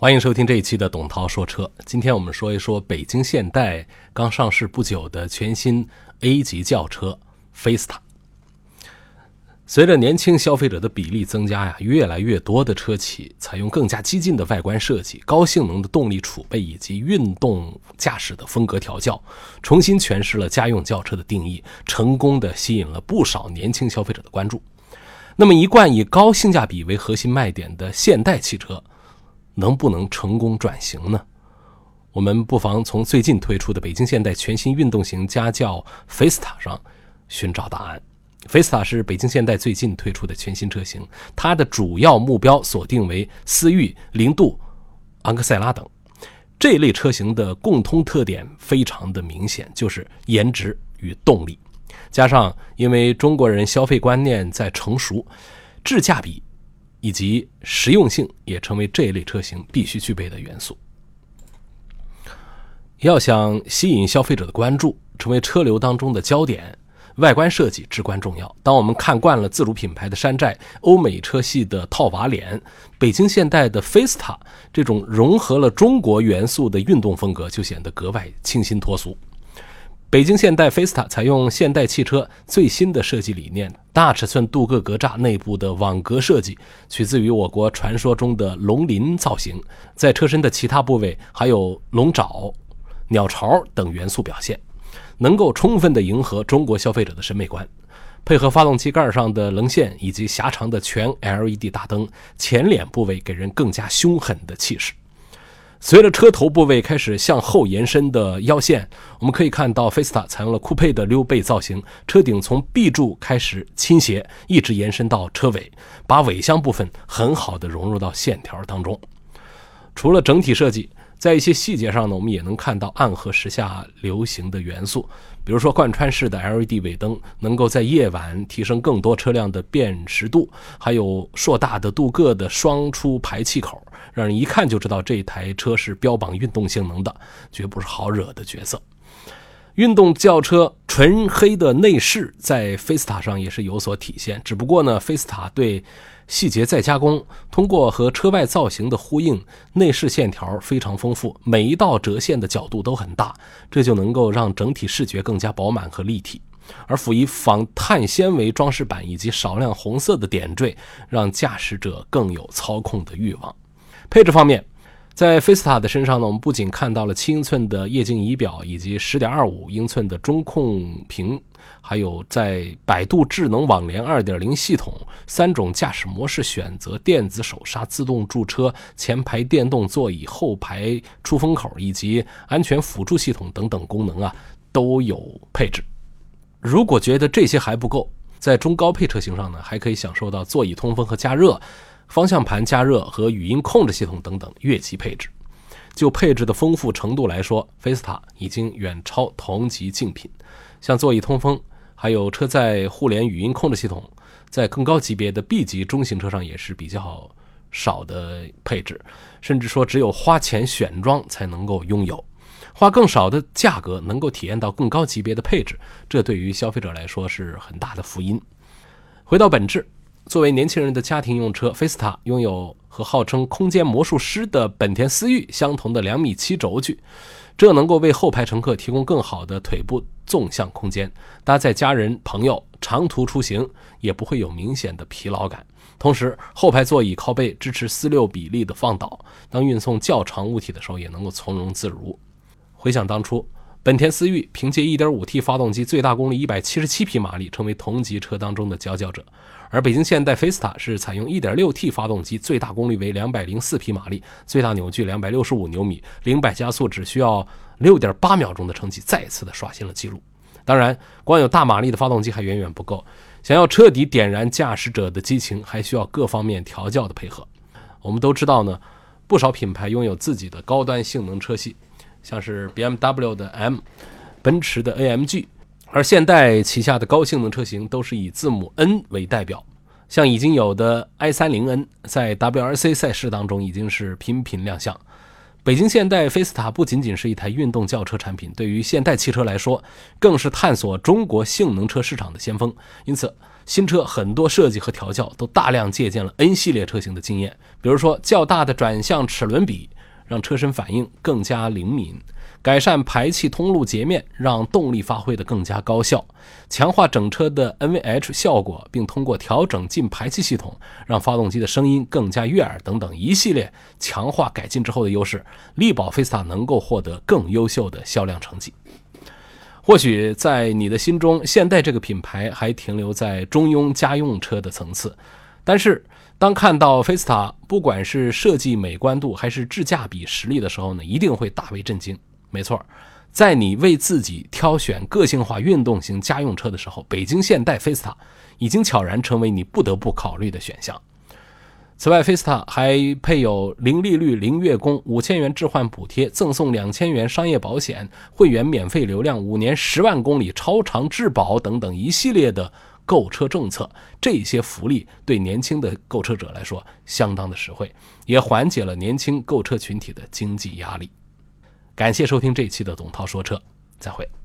欢迎收听这一期的董涛说车。今天我们说一说北京现代刚上市不久的全新 A 级轿车 Fiesta。 随着年轻消费者的比例增加越来越多的车企采用更加激进的外观设计、高性能的动力储备以及运动驾驶的风格调教，重新诠释了家用轿车的定义，成功的吸引了不少年轻消费者的关注。那么一贯以高性价比为核心卖点的现代汽车能不能成功转型呢？我们不妨从最近推出的北京现代全新运动型家轿 Fiesta 上寻找答案。Fiesta 是北京现代最近推出的全新车型，它的主要目标锁定为思域、零度、昂克赛拉等。这一类车型的共通特点非常的明显，就是颜值与动力，加上因为中国人消费观念在成熟，质价比以及实用性也成为这一类车型必须具备的元素。要想吸引消费者的关注，成为车流当中的焦点，外观设计至关重要。当我们看惯了自主品牌的山寨、欧美车系的套娃脸，北京现代的 Fiesta 这种融合了中国元素的运动风格就显得格外清新脱俗。北京现代 Fiesta 采用现代汽车最新的设计理念，大尺寸镀铬格栅内部的网格设计取自于我国传说中的龙鳞造型，在车身的其他部位还有龙爪、鸟巢等元素表现，能够充分地迎合中国消费者的审美观。配合发动机盖上的棱线以及狭长的全 LED 大灯，前脸部位给人更加凶狠的气势。随着车头部位开始向后延伸的腰线，我们可以看到 Fiesta 采用了酷配的溜背造型，车顶从 B 柱开始倾斜，一直延伸到车尾，把尾箱部分很好的融入到线条当中。除了整体设计，在一些细节上呢，我们也能看到暗合时下流行的元素，比如说贯穿式的 LED 尾灯能够在夜晚提升更多车辆的辨识度，还有硕大的镀铬的双出排气口，让人一看就知道这台车是标榜运动性能的，绝不是好惹的角色。运动轿车纯黑的内饰在 Fiesta 上也是有所体现，只不过呢 Fiesta 对细节再加工，通过和车外造型的呼应，内饰线条非常丰富，每一道折线的角度都很大，这就能够让整体视觉更加饱满和立体。而辅以仿碳纤维装饰板以及少量红色的点缀，让驾驶者更有操控的欲望。配置方面，在 Fiesta 的身上呢，我们不仅看到了7英寸的液晶仪表以及 10.25 英寸的中控屏，还有在百度智能网联 2.0 系统、3种驾驶模式选择、电子手刹、自动驻车、前排电动座椅、后排出风口以及安全辅助系统等等功能都有配置。如果觉得这些还不够，在中高配车型上呢，还可以享受到座椅通风和加热、方向盘加热和语音控制系统等等越级配置。就配置的丰富程度来说， Fiesta 已经远超同级竞品。像座椅通风还有车载互联语音控制系统，在更高级别的 B 级中型车上也是比较少的配置，甚至说只有花钱选装才能够拥有，花更少的价格能够体验到更高级别的配置，这对于消费者来说是很大的福音。回到本质，作为年轻人的家庭用车， Fiesta 拥有和号称空间魔术师的本田思域相同的2.7米轴距，这能够为后排乘客提供更好的腿部纵向空间，搭载家人朋友长途出行也不会有明显的疲劳感。同时后排座椅靠背支持4:6比例的放倒，当运送较长物体的时候也能够从容自如。回想当初，本田思域凭借 1.5T 发动机最大功率177匹马力，成为同级车当中的佼佼者。而北京现代 Fiesta 是采用 1.6T 发动机，最大功率为204匹马力，最大扭矩265牛米，0-100加速只需要 6.8秒钟的成绩，再次的刷新了记录。当然，光有大马力的发动机还远远不够，想要彻底点燃驾驶者的激情，还需要各方面调教的配合。我们都知道呢，不少品牌拥有自己的高端性能车系，像是 BMW 的 M、奔驰的 AMG，而现代旗下的高性能车型都是以字母 N 为代表，像已经有的 i30N 在 WRC 赛事当中已经是频频亮相。北京现代 Fiesta 不仅仅是一台运动轿车产品，对于现代汽车来说更是探索中国性能车市场的先锋。因此新车很多设计和调教都大量借鉴了 N 系列车型的经验，比如说较大的转向齿轮比， 让车身反应更加灵敏，改善排气通路截面，让动力发挥得更加高效，强化整车的 NVH 效果，并通过调整进排气系统，让发动机的声音更加悦耳等等一系列强化改进之后的优势，力保菲斯塔能够获得更优秀的销量成绩。或许在你的心中，现代这个品牌还停留在中庸家用车的层次，但是当看到菲斯塔不管是设计美观度还是质价比实力的时候呢，一定会大为震惊。没错，在你为自己挑选个性化运动型家用车的时候，北京现代菲斯塔已经悄然成为你不得不考虑的选项。此外，菲斯塔还配有零利率、零月供、5000元置换补贴，赠送2000元商业保险、会员免费流量、5年10万公里超长质保等等一系列的购车政策。这些福利对年轻的购车者来说相当的实惠，也缓解了年轻购车群体的经济压力。感谢收听这一期的董涛说车，再会。